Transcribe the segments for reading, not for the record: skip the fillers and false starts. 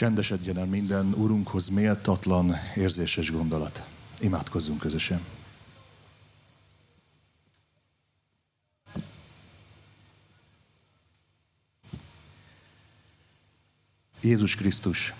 Csendesedjen el minden Urunkhoz méltatlan, érzéses gondolat. Imádkozzunk közösen. Jézus Krisztus,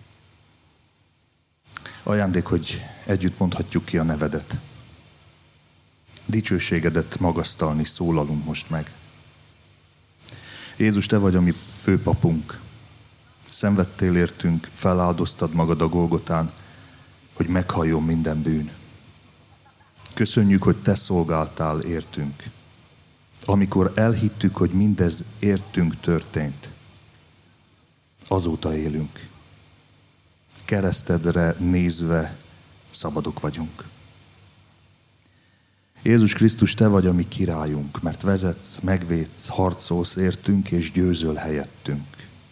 ajándék, hogy együtt mondhatjuk ki a nevedet. Dicsőségedet magasztalni szólalunk most meg. Jézus, te vagy a mi főpapunk. Szenvedtél értünk, feláldoztad magad a Golgotán, hogy meghalljon minden bűn. Köszönjük, hogy te szolgáltál értünk. Amikor elhittük, hogy mindez értünk történt, azóta élünk. Keresztedre nézve szabadok vagyunk. Jézus Krisztus, te vagy a mi királyunk, mert vezetsz, megvédsz, harcolsz értünk és győzöl helyettünk.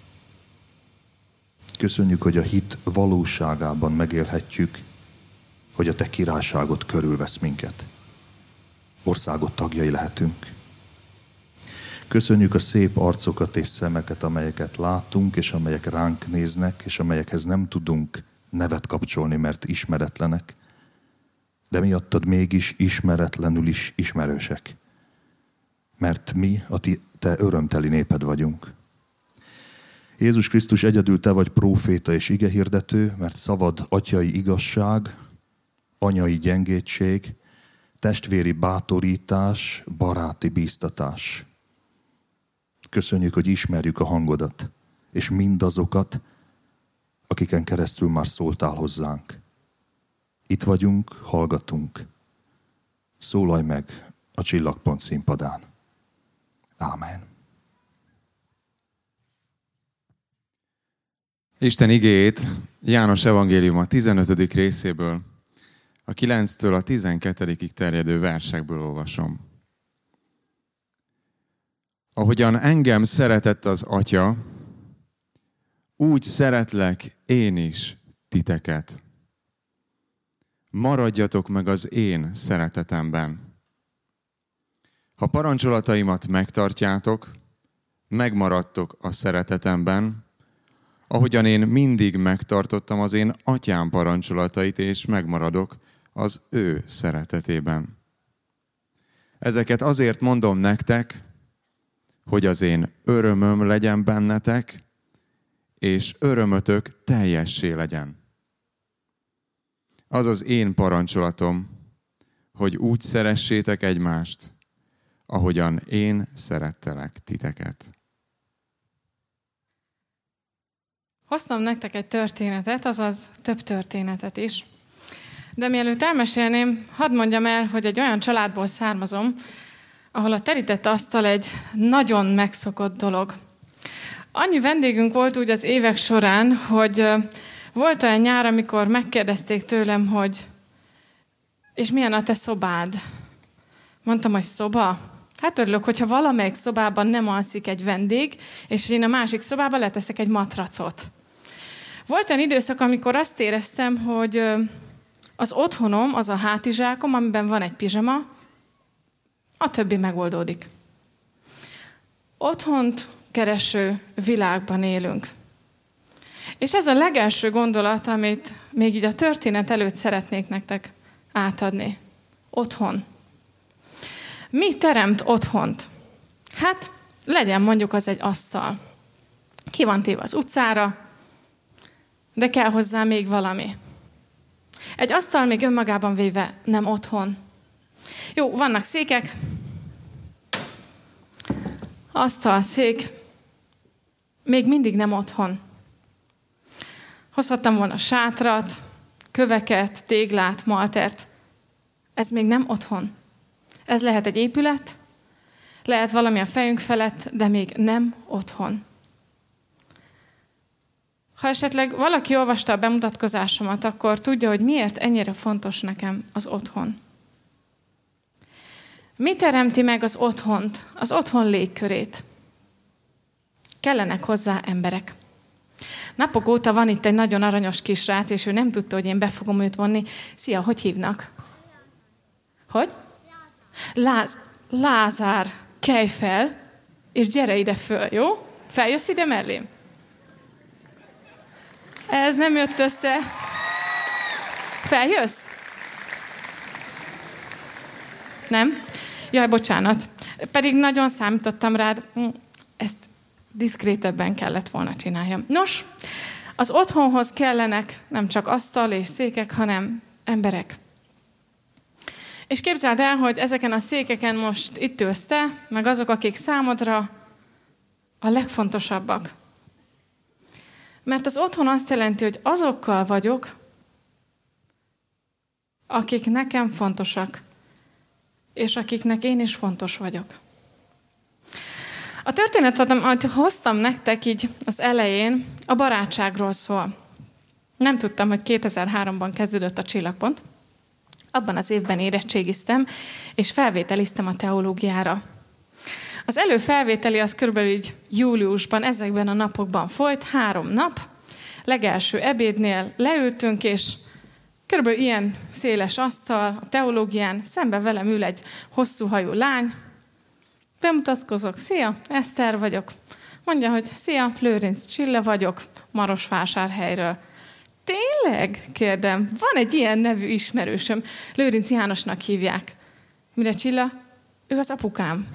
Köszönjük, hogy a hit valóságában megélhetjük, hogy a te királyságot körülvesz minket. Országot tagjai lehetünk. Köszönjük a szép arcokat és szemeket, amelyeket látunk, és amelyek ránk néznek, és amelyekhez nem tudunk nevet kapcsolni, mert ismeretlenek, de miattad mégis ismeretlenül is ismerősek. Mert mi a te örömteli néped vagyunk. Jézus Krisztus, egyedül te vagy próféta és igehirdető, mert szavad atyai igazság, anyai gyengétség, testvéri bátorítás, baráti bíztatás. Köszönjük, hogy ismerjük a hangodat, és mindazokat, akiken keresztül már szóltál hozzánk. Itt vagyunk, hallgatunk. Szólalj meg a Csillagpont színpadán. Ámen. Isten igéjét János evangélium a 15. részéből, a 9-től a 12-ig terjedő versekből olvasom. Ahogyan engem szeretett az Atya, úgy szeretlek én is titeket. Maradjatok meg az én szeretetemben. Ha parancsolataimat megtartjátok, megmaradtok a szeretetemben, ahogyan én mindig megtartottam az én Atyám parancsolatait, és megmaradok az ő szeretetében. Ezeket azért mondom nektek, hogy az én örömöm legyen bennetek, és örömötök teljessé legyen. Az az én parancsolatom, hogy úgy szeressétek egymást, ahogyan én szerettelek titeket. Hoztam nektek egy történetet, azaz több történetet is. De mielőtt elmesélném, hadd mondjam el, hogy egy olyan családból származom, ahol a terített asztal egy nagyon megszokott dolog. Annyi vendégünk volt úgy az évek során, hogy volt olyan nyár, amikor megkérdezték tőlem, hogy és milyen a te szobád? Mondtam, hogy szoba? Hát örülök, hogyha valamelyik szobában nem alszik egy vendég, és én a másik szobában leteszek egy matracot. Volt olyan időszak, amikor azt éreztem, hogy az otthonom, az a hátizsákom, amiben van egy pizsama, a többi megoldódik. Otthont kereső világban élünk. És ez a legelső gondolat, amit még így a történet előtt szeretnék nektek átadni. Otthon. Mi teremt otthont? Hát legyen mondjuk az egy asztal. Ki van téve az utcára, de kell hozzá még valami. Egy asztal még önmagában véve nem otthon. Jó, vannak székek, asztal, szék, még mindig nem otthon. Hozhattam volna sátrat, köveket, téglát, maltert. Ez még nem otthon. Ez lehet egy épület, lehet valami a fejünk felett, de még nem otthon. Ha esetleg valaki olvasta a bemutatkozásomat, akkor tudja, hogy miért ennyire fontos nekem az otthon. Mi teremti meg az otthont, az otthon légkörét? Kellenek hozzá emberek. Napok óta van itt egy nagyon aranyos kisrác, és ő nem tudta, hogy én be fogom őt vonni. Szia, hogy hívnak? Hogy? Lázár, kelj fel, és gyere ide föl, jó? Feljössz ide mellém? Ez nem jött össze. Feljössz? Nem? Jaj, bocsánat. Pedig nagyon számítottam rád. Ezt diszkrétebben kellett volna csináljam. Nos, az otthonhoz kellenek nem csak asztal és székek, hanem emberek. És képzeld el, hogy ezeken a székeken most itt ülsz te, meg azok, akik számodra a legfontosabbak. Mert az otthon azt jelenti, hogy azokkal vagyok, akik nekem fontosak, és akiknek én is fontos vagyok. A történetet, amit hoztam nektek így az elején, a barátságról szól. Nem tudtam, hogy 2003-ban kezdődött a Csillagpont. Abban az évben érettségiztem, és felvételiztem a teológiára. Az előfelvételi az körülbelül így júliusban, ezekben a napokban folyt, 3 nap. Legelső ebédnél leültünk, és körülbelül ilyen széles asztal a teológián, szemben velem ül egy hosszú hajú lány. Bemutatkozok, szia, Eszter vagyok. Mondja, hogy szia, Lőrinc Csilla vagyok, Marosvásárhelyről. Tényleg? Kérdem. Van egy ilyen nevű ismerősöm. Lőrinc Jánosnak hívják. Mire Csilla? Ő az apukám.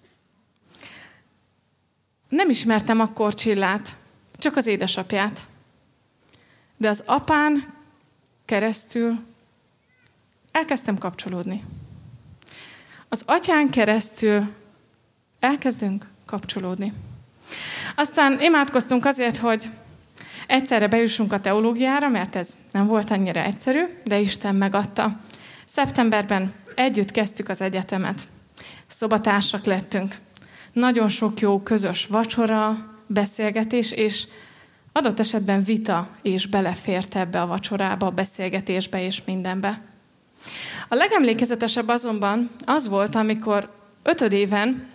Nem ismertem akkor Csillát, csak az édesapját. De az apán keresztül elkezdtem kapcsolódni. Az atyán keresztül elkezdünk kapcsolódni. Aztán imádkoztunk azért, hogy egyszerre bejussunk a teológiára, mert ez nem volt annyira egyszerű, de Isten megadta. Szeptemberben együtt kezdtük az egyetemet. Szobatársak lettünk. Nagyon sok jó közös vacsora, beszélgetés, és adott esetben vita is belefért ebbe a vacsorába, a beszélgetésbe és mindenbe. A legemlékezetesebb azonban az volt, amikor 5. éven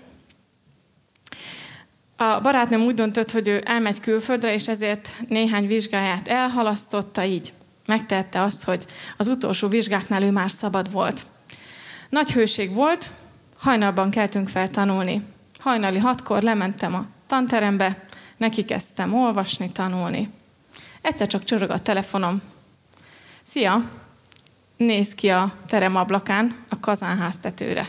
a barátnőm úgy döntött, hogy ő elmegy külföldre, és ezért néhány vizsgáját elhalasztotta, így megtehette azt, hogy az utolsó vizsgáknál ő már szabad volt. Nagy hőség volt, hajnalban keltünk fel tanulni. Hajnali 6-kor lementem a tanterembe, neki kezdtem olvasni, tanulni. Egyszer csak csörög a telefonom. Szia! Néz ki a terem ablakán a kazánháztetőre.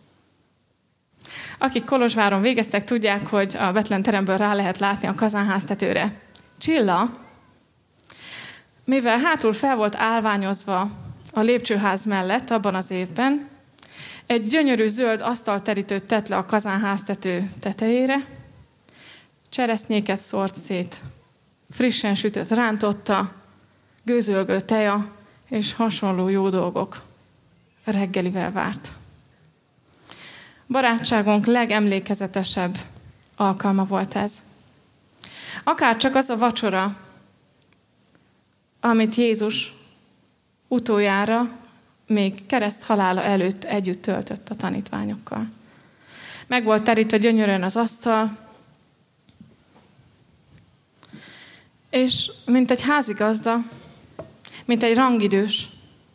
Akik Kolozsváron végeztek, tudják, hogy a Betlen teremből rá lehet látni a kazánháztetőre. Csilla, mivel hátul fel volt állványozva a lépcsőház mellett abban az évben, egy gyönyörű zöld asztalterítőt tett le a kazánháztető tetejére, cseresznyéket szórt szét, frissen sütött rántotta, gőzölgő teja és hasonló jó dolgok reggelivel várt. Barátságunk legemlékezetesebb alkalma volt ez. Akár csak az a vacsora, amit Jézus utoljára, még kereszt halála előtt együtt töltött a tanítványokkal. Meg volt terítve gyönyörűen az asztal, és mint egy házigazda, mint egy rangidős,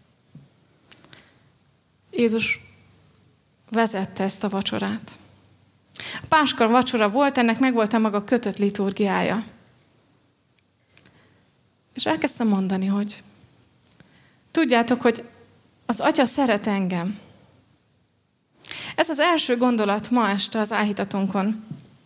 Jézus vezette ezt a vacsorát. A Páskor vacsora volt, ennek meg volt a maga kötött liturgiája. És elkezdtem mondani, hogy tudjátok, hogy az Atya szeret engem. Ez az első gondolat ma este az áhítatunkon.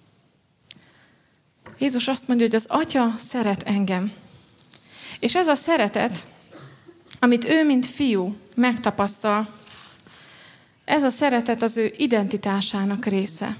Jézus azt mondja, hogy az Atya szeret engem. És ez a szeretet, amit ő, mint fiú megtapasztal, ez a szeretet az ő identitásának része.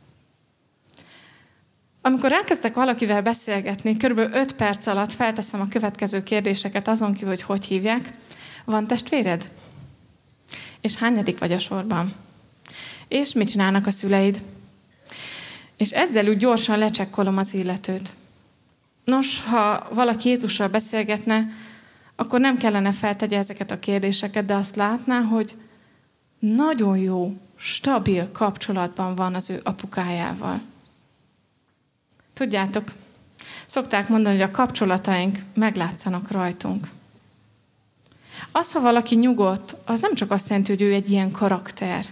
Amikor elkezdek valakivel beszélgetni, kb. 5 perc alatt felteszem a következő kérdéseket azon kívül, hogy hogy hívják. Van testvéred? És hányadik vagy a sorban? És mit csinálnak a szüleid? És ezzel úgy gyorsan lecsekkolom az illetőt. Nos, ha valaki Jézussal beszélgetne, akkor nem kellene feltegye ezeket a kérdéseket, de azt látná, hogy nagyon jó, stabil kapcsolatban van az ő apukájával. Tudjátok, szokták mondani, hogy a kapcsolataink meglátszanak rajtunk. Az, ha valaki nyugodt, az nem csak azt jelenti, hogy ő egy ilyen karakter.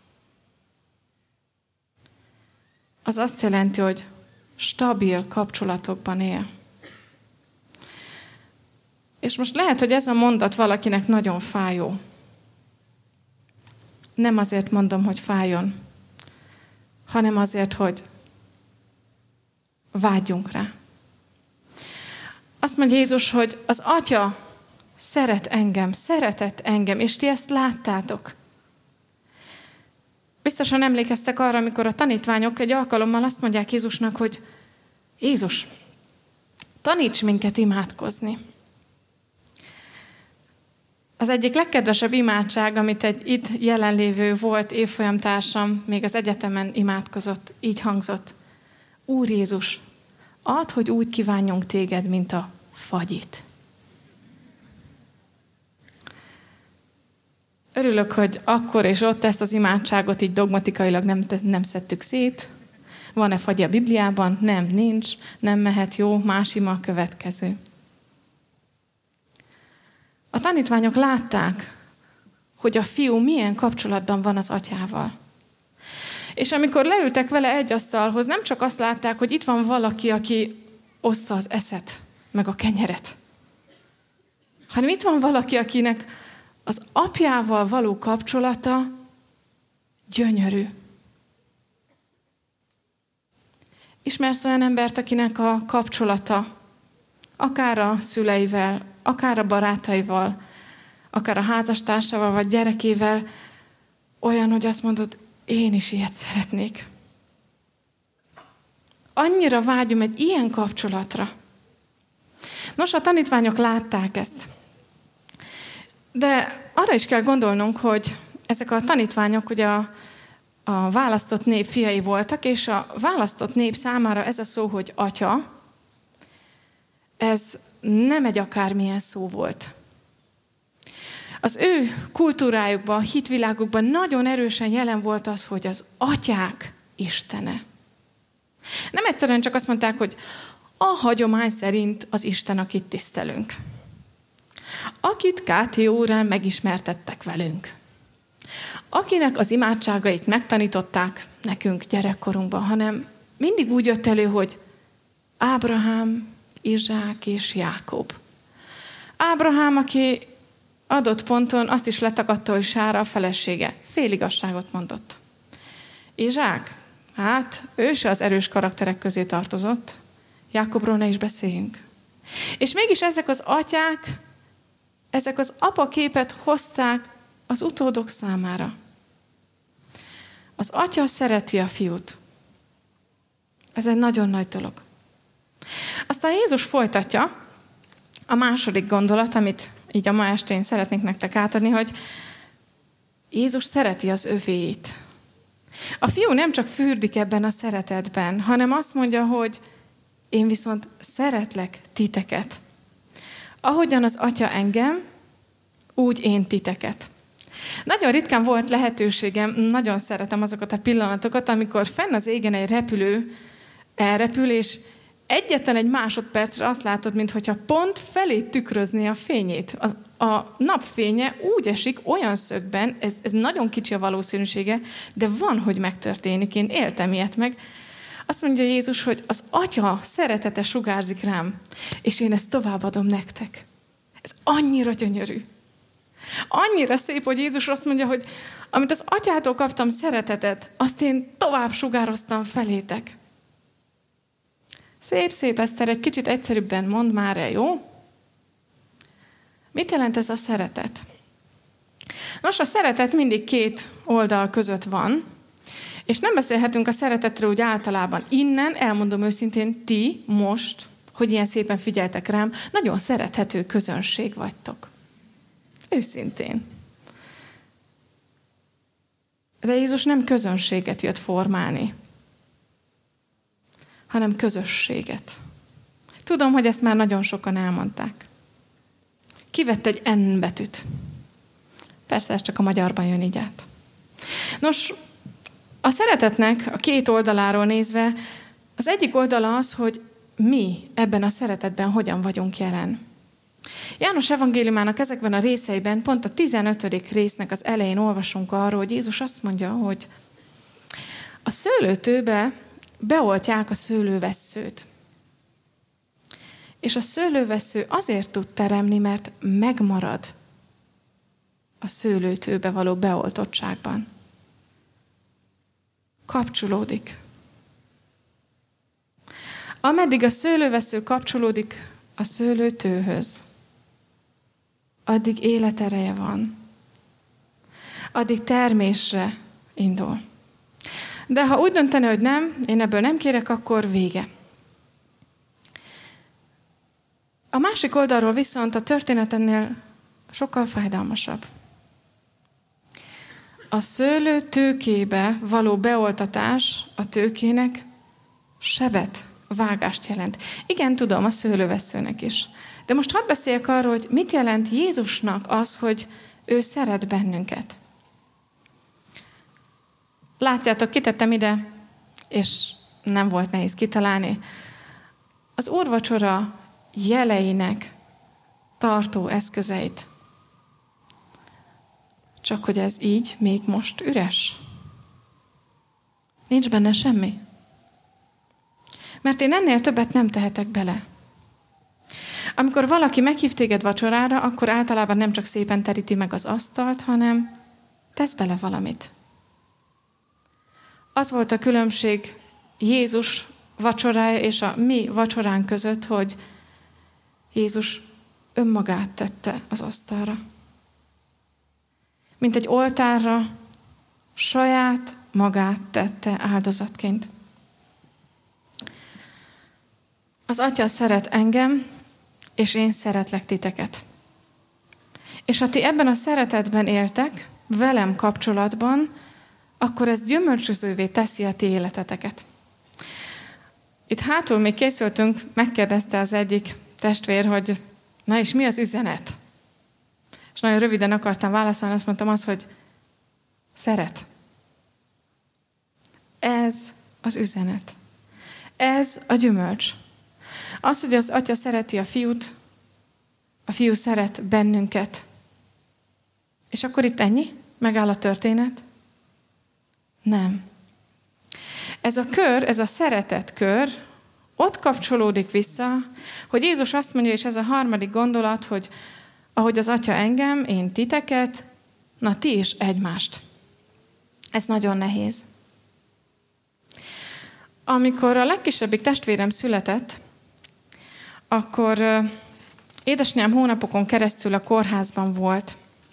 Az azt jelenti, hogy stabil kapcsolatokban él. És most lehet, hogy ez a mondat valakinek nagyon fájó. Nem azért mondom, hogy fájjon, hanem azért, hogy vágyjunk rá. Azt mondja Jézus, hogy az Atya szeretett engem, és ti ezt láttátok. Biztosan emlékeztek arra, amikor a tanítványok egy alkalommal azt mondják Jézusnak, hogy Jézus, taníts minket imádkozni. Az egyik legkedvesebb imádság, amit egy itt jelenlévő volt évfolyamtársam, még az egyetemen imádkozott, így hangzott. Úr Jézus, add, hogy úgy kívánjunk téged, mint a fagyit. Örülök, hogy akkor és ott ezt az imádságot így dogmatikailag nem szedtük szét. Van-e fagyi a Bibliában? Nem, nincs. Nem mehet, jó, más ima a következő. A tanítványok látták, hogy a fiú milyen kapcsolatban van az atyával. És amikor leültek vele egy asztalhoz, nem csak azt látták, hogy itt van valaki, aki oszta az eszet, meg a kenyeret, hanem itt van valaki, akinek az apjával való kapcsolata gyönyörű. Ismersz olyan embert, akinek a kapcsolata akár a szüleivel, akár a barátaival, akár a házastársával, vagy gyerekével olyan, hogy azt mondod, én is ilyet szeretnék. Annyira vágyom egy ilyen kapcsolatra. Nos, a tanítványok látták ezt. De arra is kell gondolnunk, hogy ezek a tanítványok ugye a választott nép fiai voltak, és a választott nép számára ez a szó, hogy atya, ez nem egy akármilyen szó volt. Az ő kultúrájukban, hitvilágukban nagyon erősen jelen volt az, hogy az atyák istene. Nem egyszerűen csak azt mondták, hogy a hagyomány szerint az Isten, akit tisztelünk. Akit KT órán megismertettek velünk. Akinek az imádságait megtanították nekünk gyerekkorunkban, hanem mindig úgy jött elő, hogy Ábrahám, Izsák és Jákob. Ábrahám, aki adott ponton azt is letagadta, hogy Sára a felesége. Féligasságot mondott. Izsák, hát ő se az erős karakterek közé tartozott. Jákobról ne is beszéljünk. És mégis ezek az atyák, ezek az apaképet hozták az utódok számára. Az atya szereti a fiút. Ez egy nagyon nagy dolog. Aztán Jézus folytatja a második gondolat, amit így a ma estén szeretnék nektek átadni, hogy Jézus szereti az övéit. A fiú nem csak fürdik ebben a szeretetben, hanem azt mondja, hogy én viszont szeretlek titeket. Ahogyan az atya engem, úgy én titeket. Nagyon ritkán volt lehetőségem, nagyon szeretem azokat a pillanatokat, amikor fenn az égen egy repülő elrepül, és egyetlen egy másodpercre azt látod, mintha pont felé tükrözné a fényét. A napfénye úgy esik olyan szögben, ez nagyon kicsi a valószínűsége, de van, hogy megtörténik. Én éltem ilyet meg. Azt mondja Jézus, hogy az atya szeretete sugárzik rám, és én ezt továbbadom nektek. Ez annyira gyönyörű. Annyira szép, hogy Jézus azt mondja, hogy amit az atyától kaptam szeretetet, azt én tovább sugároztam felétek. Szép, Eszter, egy kicsit egyszerűbben mondd már el, jó? Mit jelent ez a szeretet? Nos, a szeretet mindig két oldal között van, és nem beszélhetünk a szeretetről úgy általában. Innen, elmondom őszintén, ti most, hogy ilyen szépen figyeltek rám, nagyon szerethető közönség vagytok. Őszintén. De Jézus nem közönséget jött formálni, hanem közösséget. Tudom, hogy ezt már nagyon sokan elmondták. Kivett egy N betűt. Persze ez csak a magyarban jön így át. Nos, a szeretetnek a két oldaláról nézve, az egyik oldala az, hogy mi ebben a szeretetben hogyan vagyunk jelen. János evangéliumának ezekben a részeiben, pont a 15. résznek az elején olvasunk arról, hogy Jézus azt mondja, hogy a szőlőtőbe beoltják a szőlővesszőt. És a szőlővesző azért tud teremni, mert megmarad a szőlőtőbe való beoltottságban. Kapcsolódik. Ameddig a szőlővesző kapcsolódik a szőlőtőhöz, addig életereje van. Addig termésre indul. De ha úgy döntene, hogy nem, én ebből nem kérek, akkor vége. A másik oldalról viszont a történet ennél sokkal fájdalmasabb. A szőlő tőkébe való beoltatás a tőkének sebet, vágást jelent. Igen, tudom, a szőlőveszőnek is. De most hadd beszéljek arról, hogy mit jelent Jézusnak az, hogy ő szeret bennünket. Látjátok, kitettem ide, és nem volt nehéz kitalálni. Az úrvacsora jeleinek tartó eszközeit. Csak hogy ez így még most üres. Nincs benne semmi. Mert én ennél többet nem tehetek bele. Amikor valaki meghív téged vacsorára, akkor általában nem csak szépen teríti meg az asztalt, hanem tesz bele valamit. Az volt a különbség Jézus vacsorája és a mi vacsoránk között, hogy Jézus önmagát tette az asztalra. Mint egy oltárra saját magát tette áldozatként. Az Atya szeret engem, és én szeretlek titeket. És ha ti ebben a szeretetben éltek, velem kapcsolatban, akkor ez gyümölcsözővé teszi a ti életeteket. Itt hátul még készültünk, megkérdezte az egyik testvér, hogy na és mi az üzenet? És nagyon röviden akartam válaszolni, azt mondtam azt, hogy szeret. Ez az üzenet. Ez a gyümölcs. Az, hogy az Atya szereti a fiút, a fiú szeret bennünket. És akkor itt ennyi? Megáll a történet? Nem. Ez a kör, ez a szeretet kör ott kapcsolódik vissza, hogy Jézus azt mondja, és ez a harmadik gondolat, hogy ahogy az Atya engem, én titeket, na ti is egymást. Ez nagyon nehéz. Amikor a legkisebbik testvérem született, akkor édesanyám hónapokon keresztül a kórházban volt.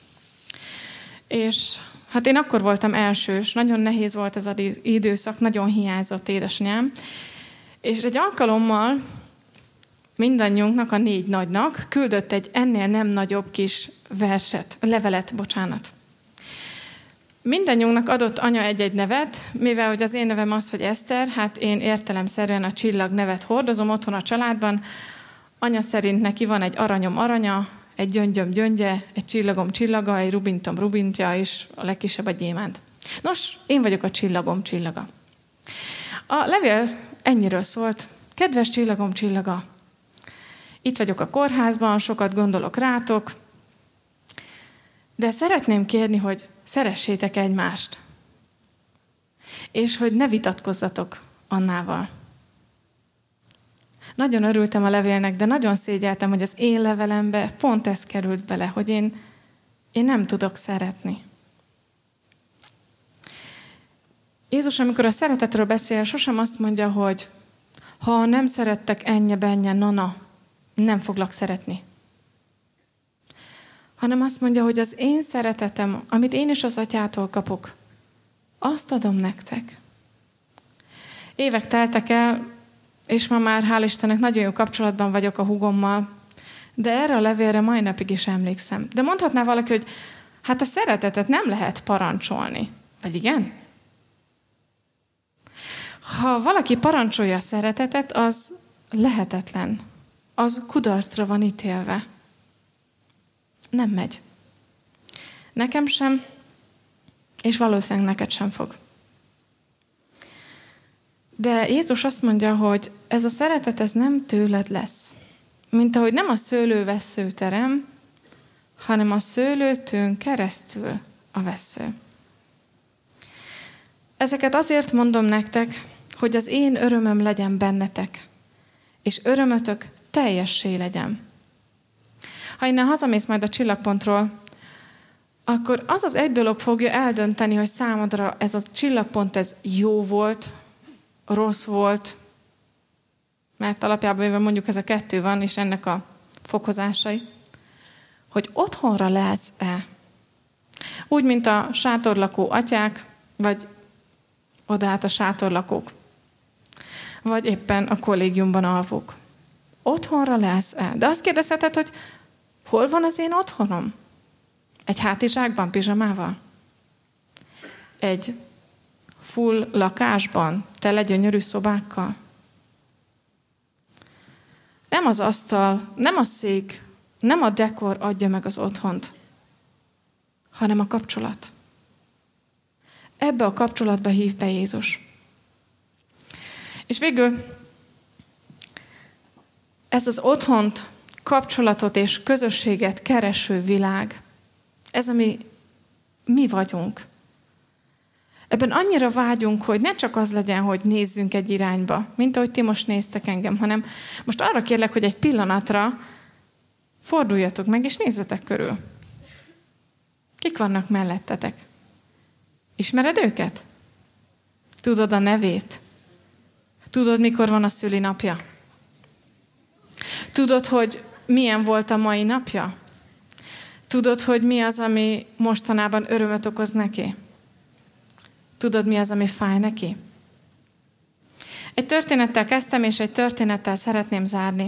És hát én akkor voltam elsős, nagyon nehéz volt ez az időszak, nagyon hiányzott édesanyám. És egy alkalommal mindannyiunknak, a 4 nagynak küldött egy ennél nem nagyobb kis levelet. Mindannyiunknak adott anya egy-egy nevet, mivel hogy az én nevem az, hogy Eszter, hát én értelemszerűen a csillag nevet hordozom otthon a családban. Anya szerint neki van egy aranyom aranya, egy gyöngyöm gyöngye, egy csillagom csillaga, egy rubintom rubintja, és a legkisebb a gyémánt. Nos, én vagyok a csillagom csillaga. A levél ennyiről szólt. Kedves csillagom csillaga, itt vagyok a kórházban, sokat gondolok rátok, de szeretném kérni, hogy szeressétek egymást, és hogy ne vitatkozzatok Annával. Nagyon örültem a levélnek, de nagyon szégyeltem, hogy az én levelembe pont ez került bele, hogy én nem tudok szeretni. Jézus, amikor a szeretetről beszél, sosem azt mondja, hogy ha nem szerettek ennye-bennye, nana, nem foglak szeretni. Hanem azt mondja, hogy az én szeretetem, amit én is az Atyától kapok, azt adom nektek. Évek teltek el, és ma már, hál' Istennek, nagyon jó kapcsolatban vagyok a húgommal, de erre a levélre mai napig is emlékszem. De mondhatná valaki, hogy hát a szeretetet nem lehet parancsolni. Vagy igen? Ha valaki parancsolja a szeretetet, az lehetetlen. Az kudarcra van ítélve. Nem megy. Nekem sem, és valószínűleg neked sem fog. De Jézus azt mondja, hogy ez a szeretet, ez nem tőled lesz. Mint ahogy nem a szőlővessző terem, hanem a szőlőtőn keresztül a vessző. Ezeket azért mondom nektek, hogy az én örömöm legyen bennetek, és örömötök teljessé legyen. Ha innen hazamész majd a csillagpontról, akkor az az egy dolog fogja eldönteni, hogy számodra ez a csillagpont ez jó volt, rossz volt, mert alapjában véve mondjuk ez a kettő van, és ennek a fokozásai, hogy otthonra lesz-e. Úgy, mint a sátorlakó atyák, vagy odaát a sátorlakók, vagy éppen a kollégiumban alvók. Otthonra lesz-e? De azt kérdezheted, hogy hol van az én otthonom? Egy hátizsákban, pizsamával? Egy full lakásban, tele gyönyörű szobákkal? Nem az asztal, nem a szék, nem a dekor adja meg az otthont, hanem a kapcsolat. Ebbe a kapcsolatba hív be Jézus. És végül ez az otthont, kapcsolatot és közösséget kereső világ, ez, ami mi vagyunk. Ebben annyira vágyunk, hogy ne csak az legyen, hogy nézzünk egy irányba, mint ahogy ti most néztek engem, hanem most arra kérlek, hogy egy pillanatra forduljatok meg, és nézzetek körül. Kik vannak mellettetek? Ismered őket? Tudod a nevét? Tudod, mikor van a szülinapja? Tudod, hogy milyen volt a mai napja? Tudod, hogy mi az, ami mostanában örömöt okoz neki? Tudod, mi az, ami fáj neki? Egy történettel kezdtem, és egy történettel szeretném zárni.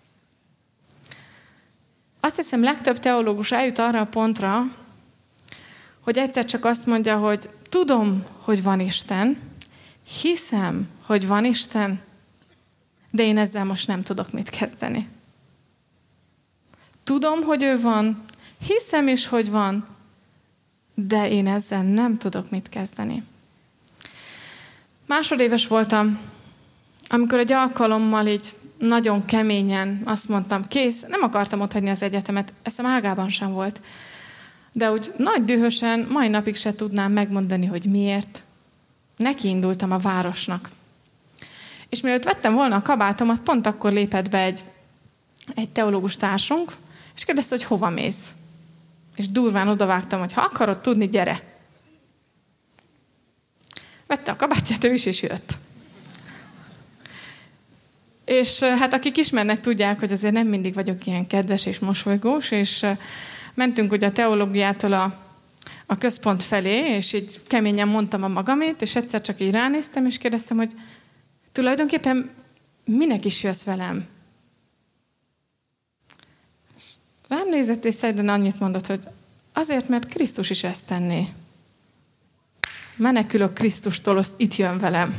Azt hiszem, legtöbb teológus eljut arra a pontra, hogy egyszer csak azt mondja, hogy tudom, hogy van Isten, hiszem, hogy van Isten, de én ezzel most nem tudok mit kezdeni. Tudom, hogy ő van, hiszem is, hogy van, de én ezzel nem tudok mit kezdeni. Másodéves voltam, amikor egy alkalommal így nagyon keményen azt mondtam, kész, nem akartam otthagyni az egyetemet, eszem ágában sem volt. De úgy nagy dühösen, mai napig se tudnám megmondani, hogy miért. Nekiindultam a városnak. És mielőtt vettem volna a kabátomat, pont akkor lépett be egy teológus társunk, és kérdezte, hogy hova mész. És durván odavágtam, hogy ha akarod tudni, gyere. Vette a kabátját, ő is jött. És hát akik ismernek, tudják, hogy azért nem mindig vagyok ilyen kedves és mosolygós, és mentünk ugye a teológiától a központ felé, és így keményen mondtam a magamét, és egyszer csak így ránéztem, és kérdeztem, hogy tulajdonképpen minek is jössz velem? Rám nézett, és szerintem annyit mondott, hogy azért, mert Krisztus is ezt tenné. Menekülök Krisztustól, azt itt jön velem.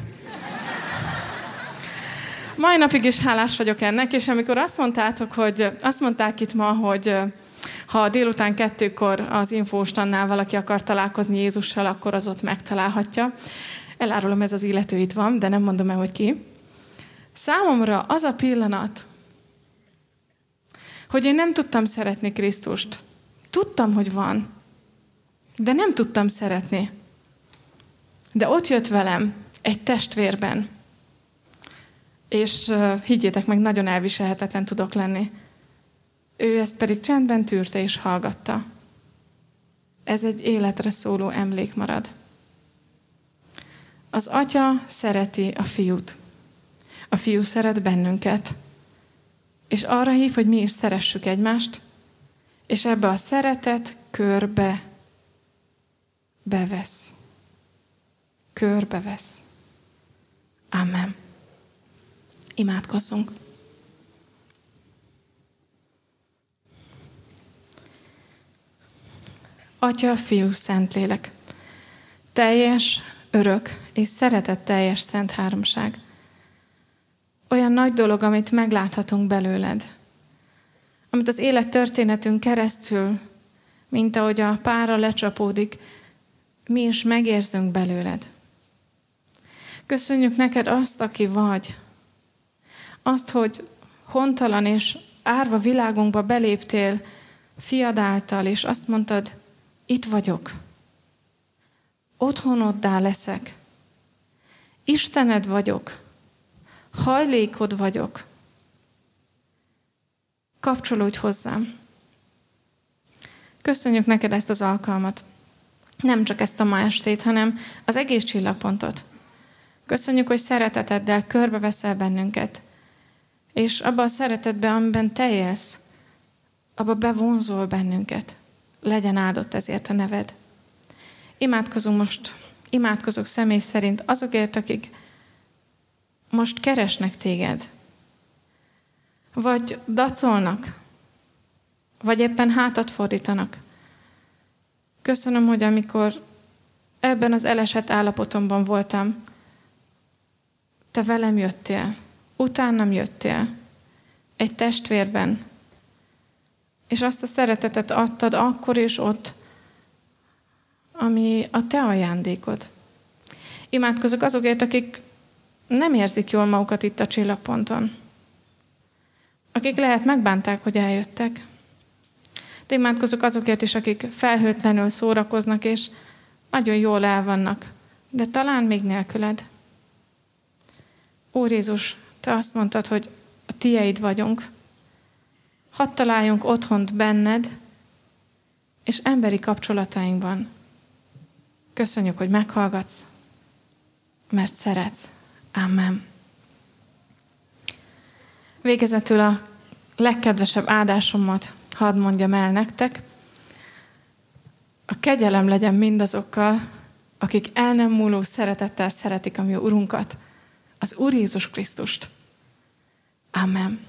Mai napig is hálás vagyok ennek, és amikor azt mondták itt ma, hogy ha délután 2-kor az infóstannál valaki akar találkozni Jézussal, akkor az ott megtalálhatja. Elárulom, ez az illető itt van, de nem mondom el, hogy ki. Számomra az a pillanat, hogy én nem tudtam szeretni Krisztust. Tudtam, hogy van, de nem tudtam szeretni. De ott jött velem egy testvérben, és higgyétek meg, nagyon elviselhetetlen tudok lenni. Ő ezt pedig csendben tűrte és hallgatta. Ez egy életre szóló emlék marad. Az atya szereti a fiút. A fiú szeret bennünket. És arra hív, hogy mi is szeressük egymást, és ebbe a szeretet körbevesz. Körbevesz. Amen. Imádkozzunk. Atya, Fiú, Szentlélek, teljes, örök és szeretetteljes Szent Háromság. Olyan nagy dolog, amit megláthatunk belőled. Amit az élettörténetünk keresztül, mint ahogy a pára lecsapódik, mi is megérzünk belőled. Köszönjük neked azt, aki vagy. Azt, hogy hontalan és árva világunkba beléptél fiad által, és azt mondtad, itt vagyok. Otthonoddá leszek. Istened vagyok. Hajlékod vagyok. Kapcsolódj hozzám. Köszönjük neked ezt az alkalmat. Nem csak ezt a ma estét, hanem az egész csillagpontot. Köszönjük, hogy szereteteddel körbeveszel bennünket. És abba a szeretetbe, amiben te élsz, abba bevonzol bennünket. Legyen áldott ezért a neved. Imádkozok személy szerint azokért, akik most keresnek téged. Vagy dacolnak, vagy éppen hátat fordítanak. Köszönöm, hogy amikor ebben az elesett állapotomban voltam, te velem jöttél, utánam jöttél, egy testvérben, és azt a szeretetet adtad akkor és ott, ami a te ajándékod. Imádkozok azokért, akik nem érzik jól magukat itt a csillagponton. Akik lehet megbánták, hogy eljöttek. De imádkozok azokért is, akik felhőtlenül szórakoznak, és nagyon jól el vannak, de talán még nélküled. Úr Jézus, te azt mondtad, hogy a tieid vagyunk. Hadd találjunk otthont benned, és emberi kapcsolatainkban. Köszönjük, hogy meghallgatsz, mert szeretsz. Amen. Végezetül a legkedvesebb áldásomat hadd mondjam el nektek. A kegyelem legyen mindazokkal, akik el nem múló szeretettel szeretik a mi Urunkat, az Úr Jézus Krisztust. Amen.